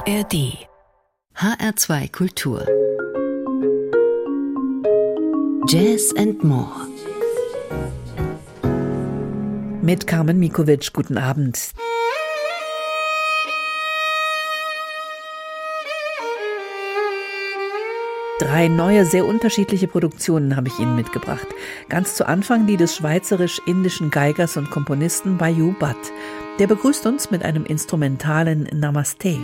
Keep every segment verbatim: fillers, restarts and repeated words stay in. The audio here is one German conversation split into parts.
R D H R zwei Kultur Jazz and More mit Carmen Mikovic. Guten Abend. Drei neue, sehr unterschiedliche Produktionen habe ich Ihnen mitgebracht. Ganz zu Anfang die des schweizerisch-indischen Geigers und Komponisten Bayou Butt. Der begrüßt uns mit einem instrumentalen Namaste.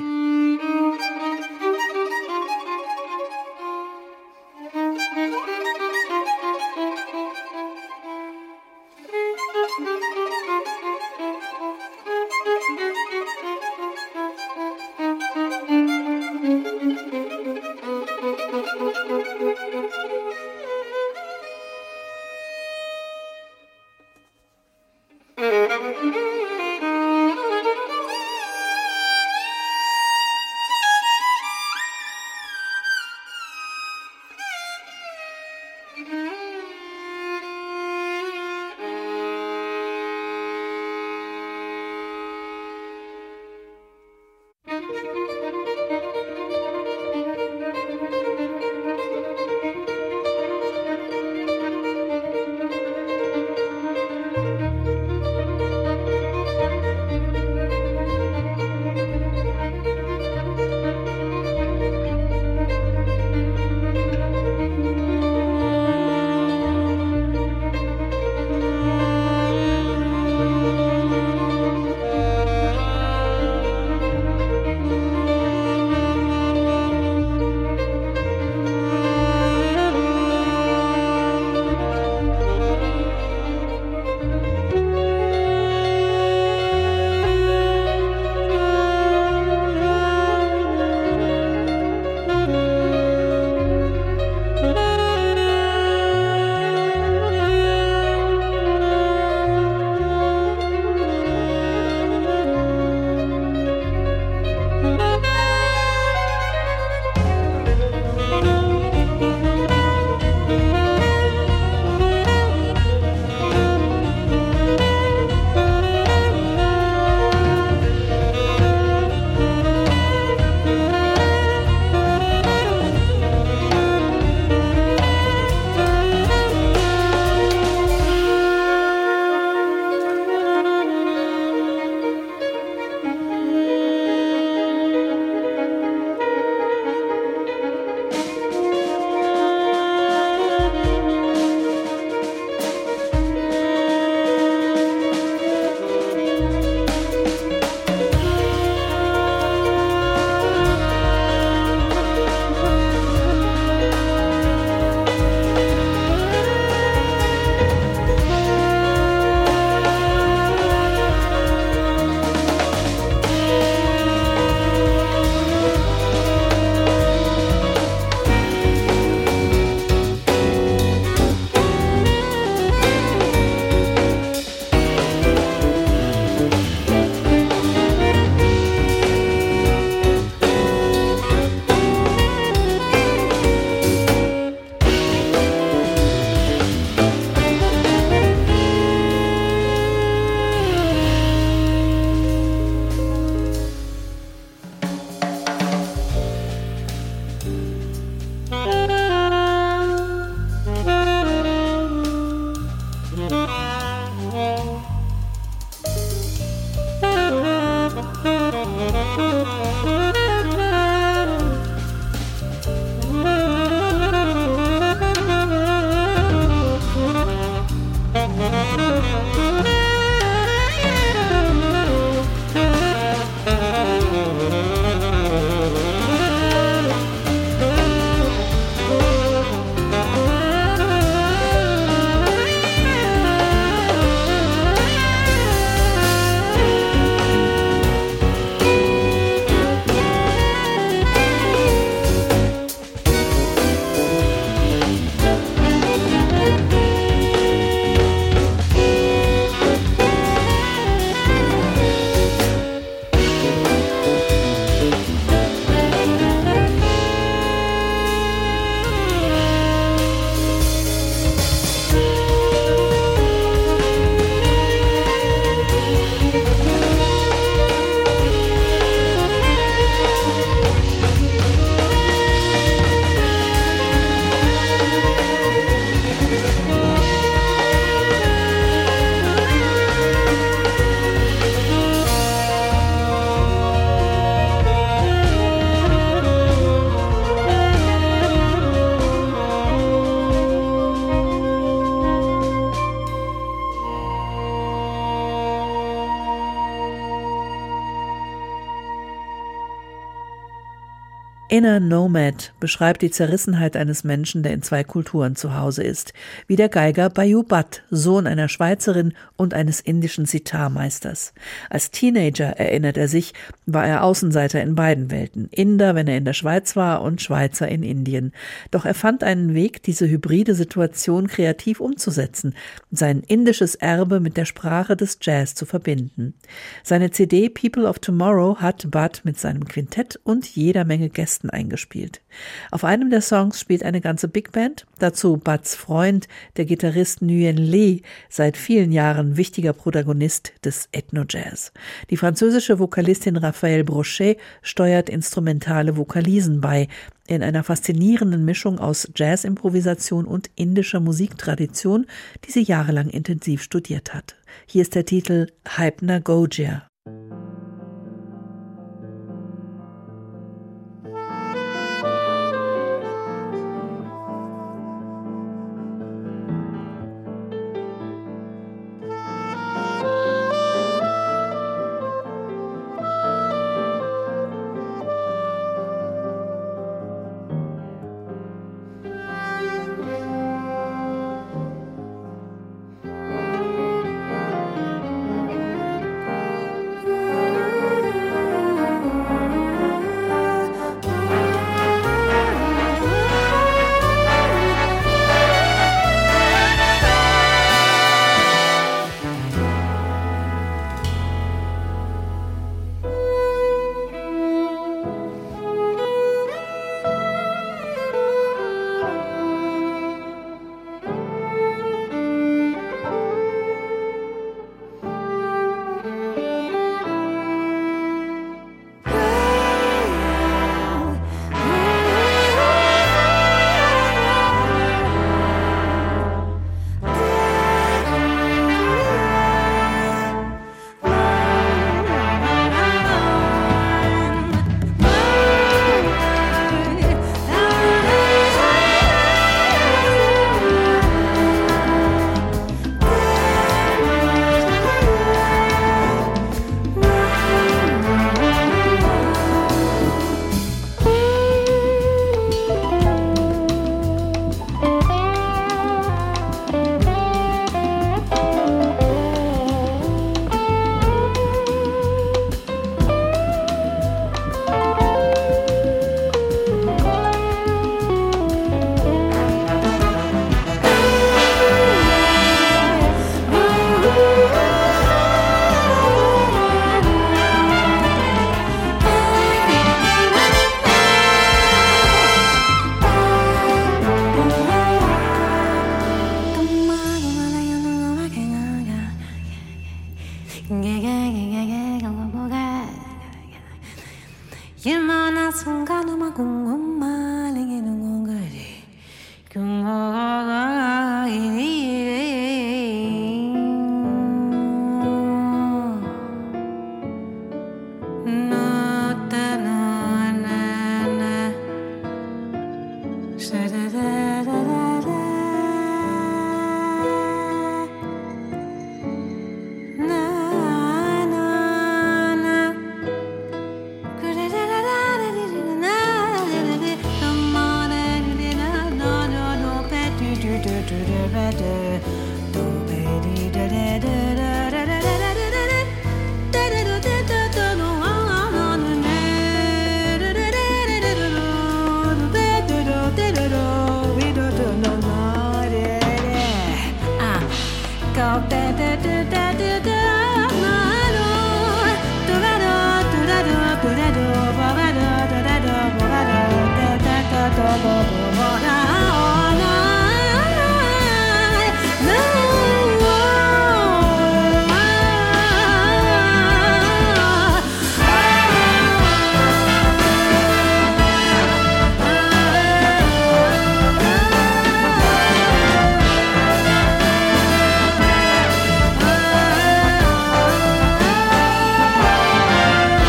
Inner Nomad beschreibt die Zerrissenheit eines Menschen, der in zwei Kulturen zu Hause ist, wie der Geiger Bayou Butt, Sohn einer Schweizerin und eines indischen Sitar-Meisters. Als Teenager, erinnert er sich, war er Außenseiter in beiden Welten, Inder, wenn er in der Schweiz war, und Schweizer in Indien. Doch er fand einen Weg, diese hybride Situation kreativ umzusetzen, sein indisches Erbe mit der Sprache des Jazz zu verbinden. Seine C D People of Tomorrow hat Butt mit seinem Quintett und jeder Menge Gästen eingespielt. Auf einem der Songs spielt eine ganze Big Band, dazu Butts Freund, der Gitarrist Nguyen Le, seit vielen Jahren wichtiger Protagonist des Ethno-Jazz. Die französische Vokalistin Raphaëlle Brochet steuert instrumentale Vokalisen bei, in einer faszinierenden Mischung aus Jazz-Improvisation und indischer Musiktradition, die sie jahrelang intensiv studiert hat. Hier ist der Titel Hypnagogia.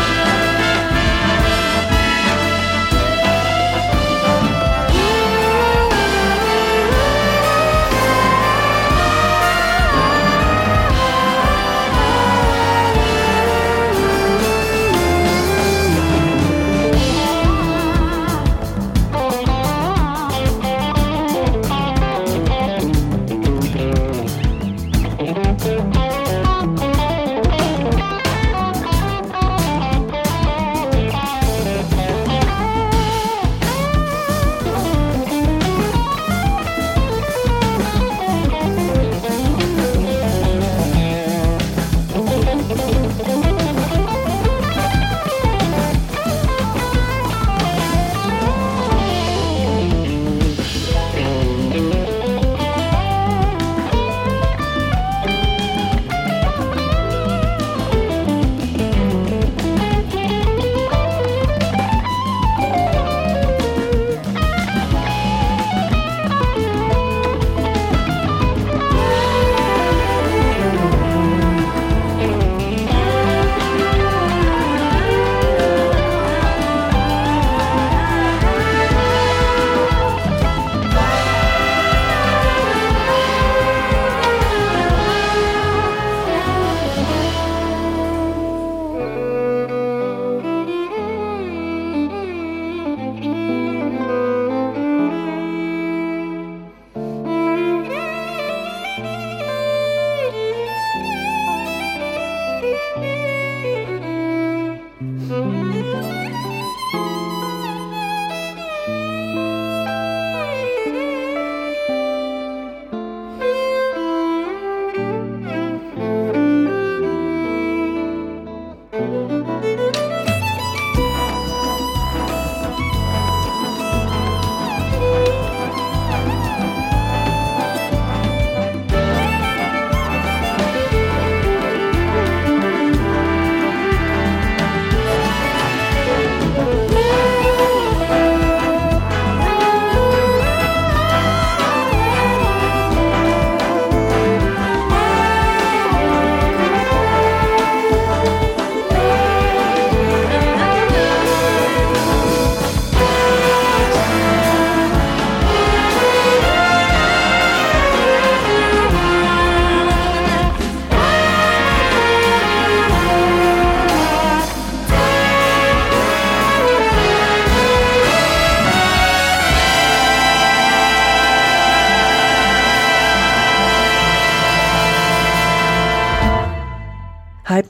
Ooh.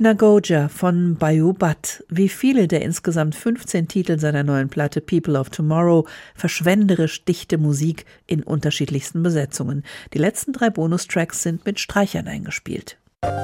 Hypnagogia von Bayou Butt. Wie viele der insgesamt fünfzehn Titel seiner neuen Platte People of Tomorrow, verschwenderisch dichte Musik in unterschiedlichsten Besetzungen. Die letzten drei Bonustracks sind mit Streichern eingespielt.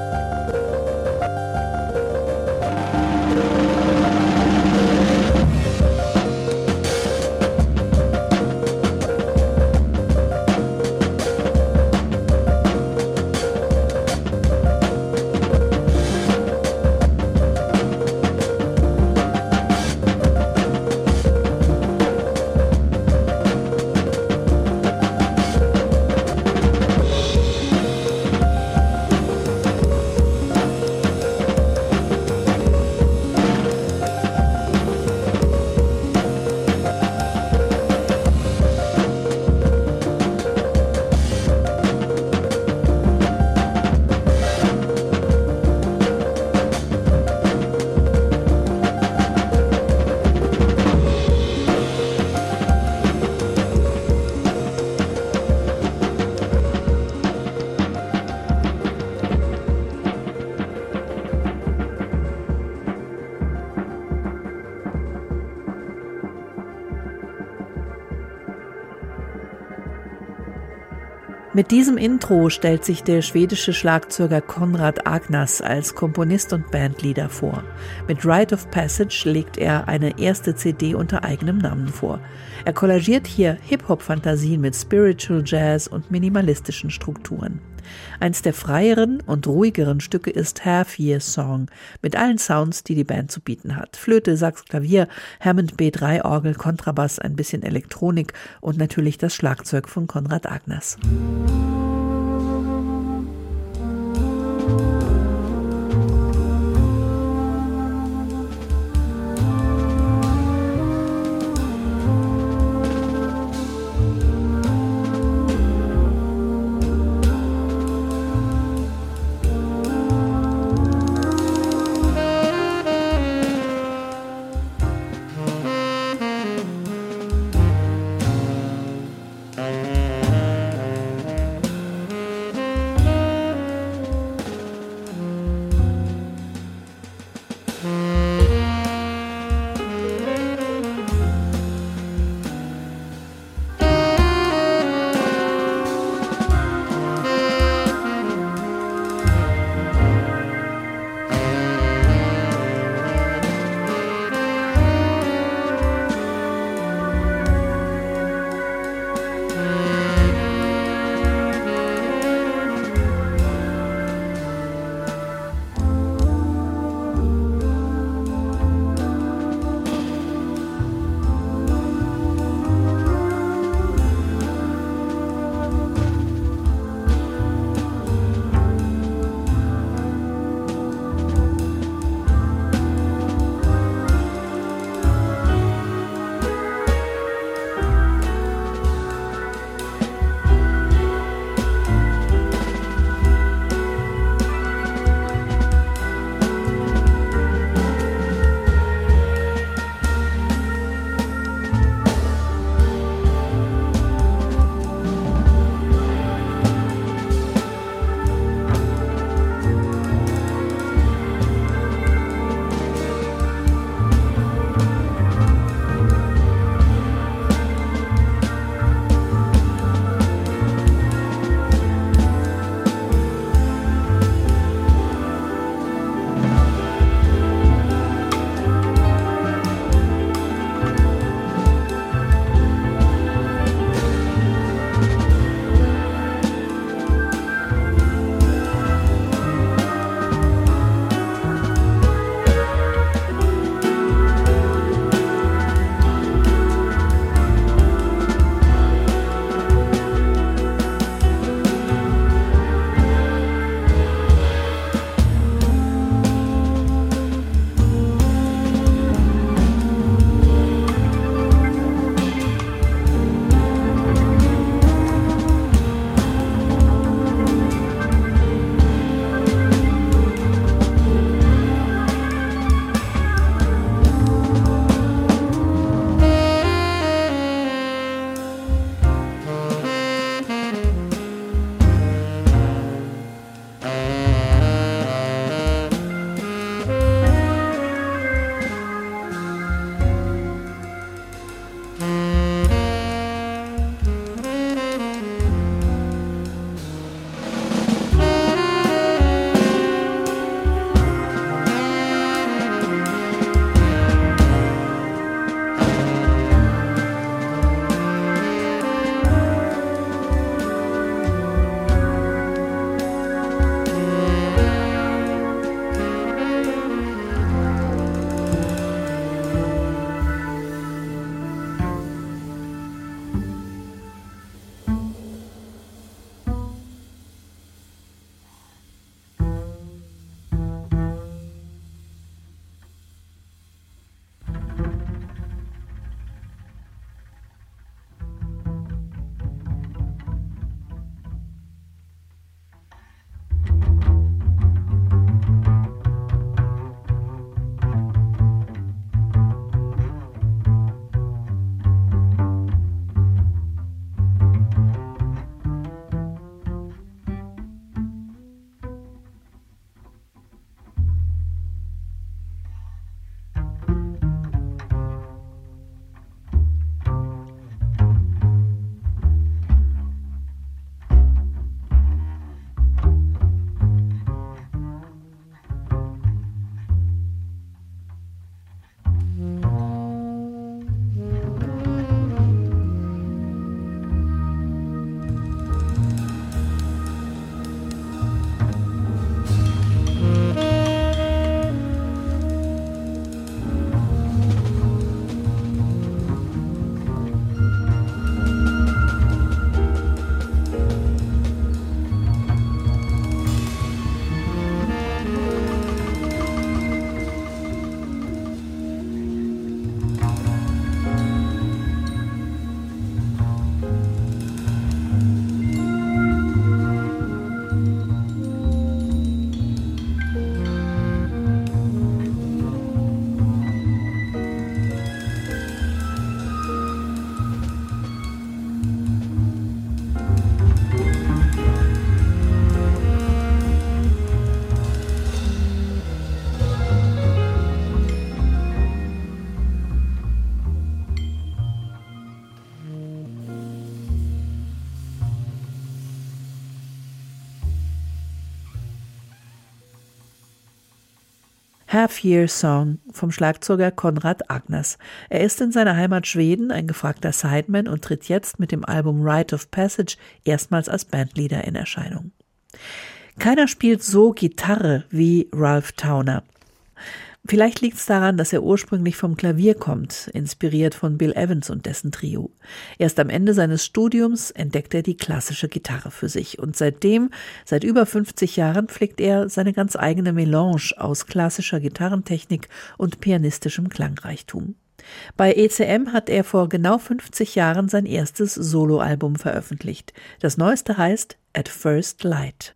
Mit diesem Intro stellt sich der schwedische Schlagzeuger Konrad Agnas als Komponist und Bandleader vor. Mit Rite of Passage legt er eine erste C D unter eigenem Namen vor. Er kollagiert hier Hip-Hop-Fantasien mit Spiritual Jazz und minimalistischen Strukturen. Eins der freieren und ruhigeren Stücke ist Half Year Song mit allen Sounds, die die Band zu bieten hat. Flöte, Sax, Klavier, Hammond B drei Orgel, Kontrabass, ein bisschen Elektronik und natürlich das Schlagzeug von Konrad Agnas. Half-Year Song vom Schlagzeuger Konrad Agners. Er ist in seiner Heimat Schweden ein gefragter Sideman und tritt jetzt mit dem Album Rite of Passage erstmals als Bandleader in Erscheinung. Keiner spielt so Gitarre wie Ralph Towner. Vielleicht liegt es daran, dass er ursprünglich vom Klavier kommt, inspiriert von Bill Evans und dessen Trio. Erst am Ende seines Studiums entdeckt er die klassische Gitarre für sich und seitdem, seit über fünfzig Jahren, pflegt er seine ganz eigene Melange aus klassischer Gitarrentechnik und pianistischem Klangreichtum. Bei E C M hat er vor genau fünfzig Jahren sein erstes Soloalbum veröffentlicht. Das neueste heißt At First Light.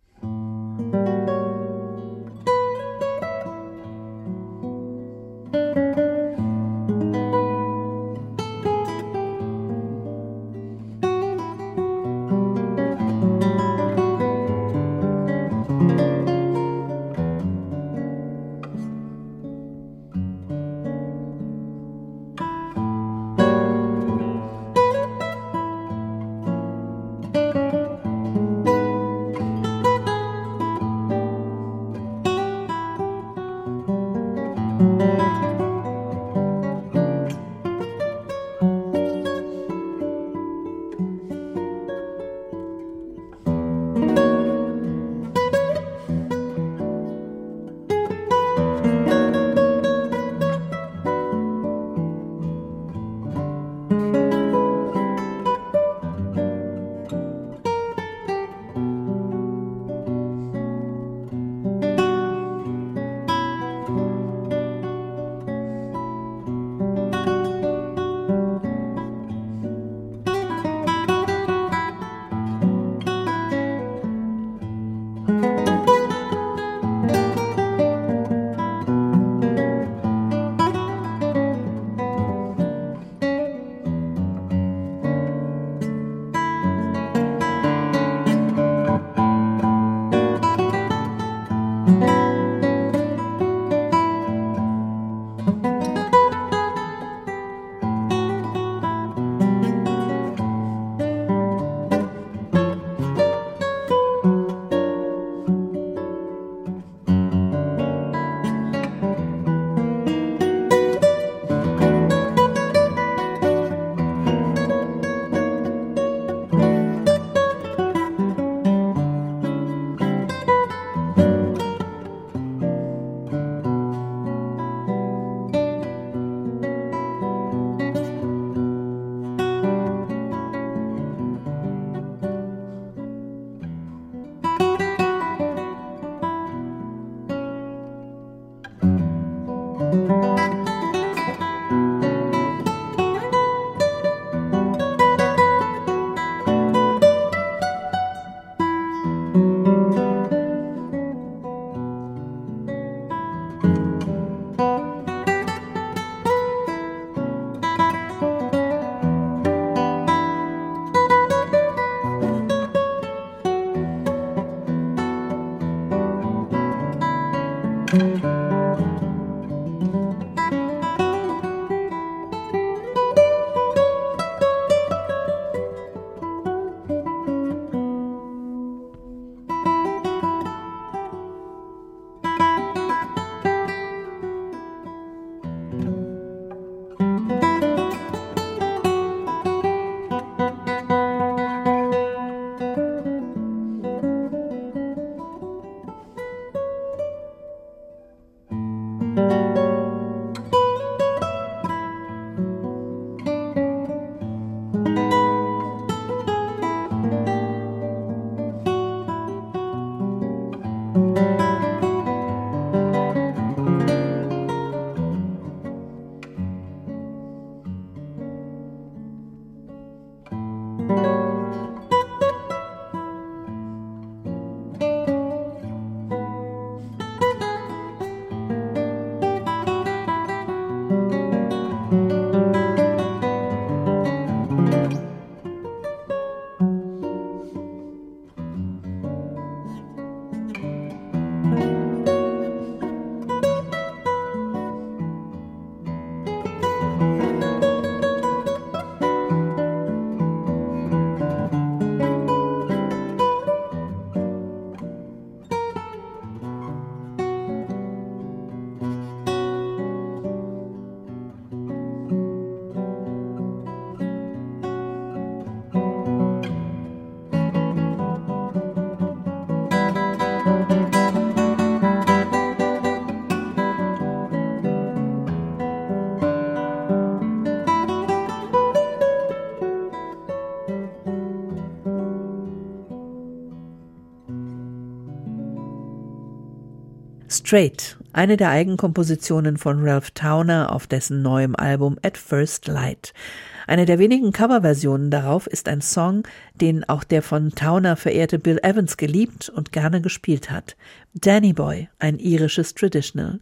Straight, eine der Eigenkompositionen von Ralph Towner auf dessen neuem Album At First Light. Eine der wenigen Coverversionen darauf ist ein Song, den auch der von Towner verehrte Bill Evans geliebt und gerne gespielt hat. Danny Boy, ein irisches Traditional.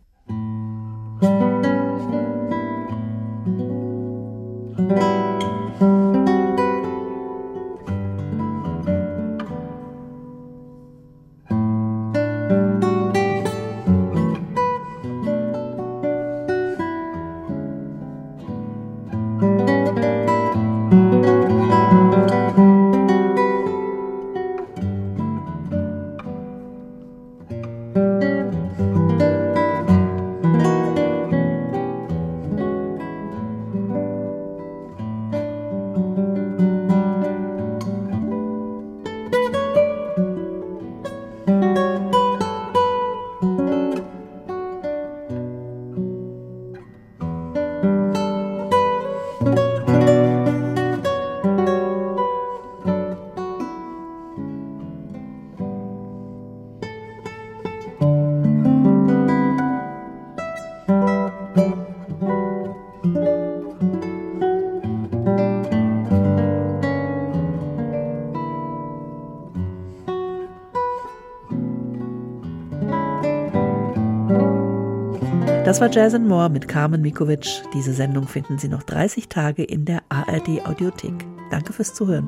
Das war Jazz and More mit Carmen Mikovic. Diese Sendung finden Sie noch dreißig Tage in der A R D Audiothek. Danke fürs Zuhören.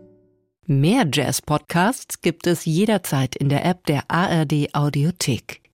Mehr Jazz-Podcasts gibt es jederzeit in der App der A R D Audiothek.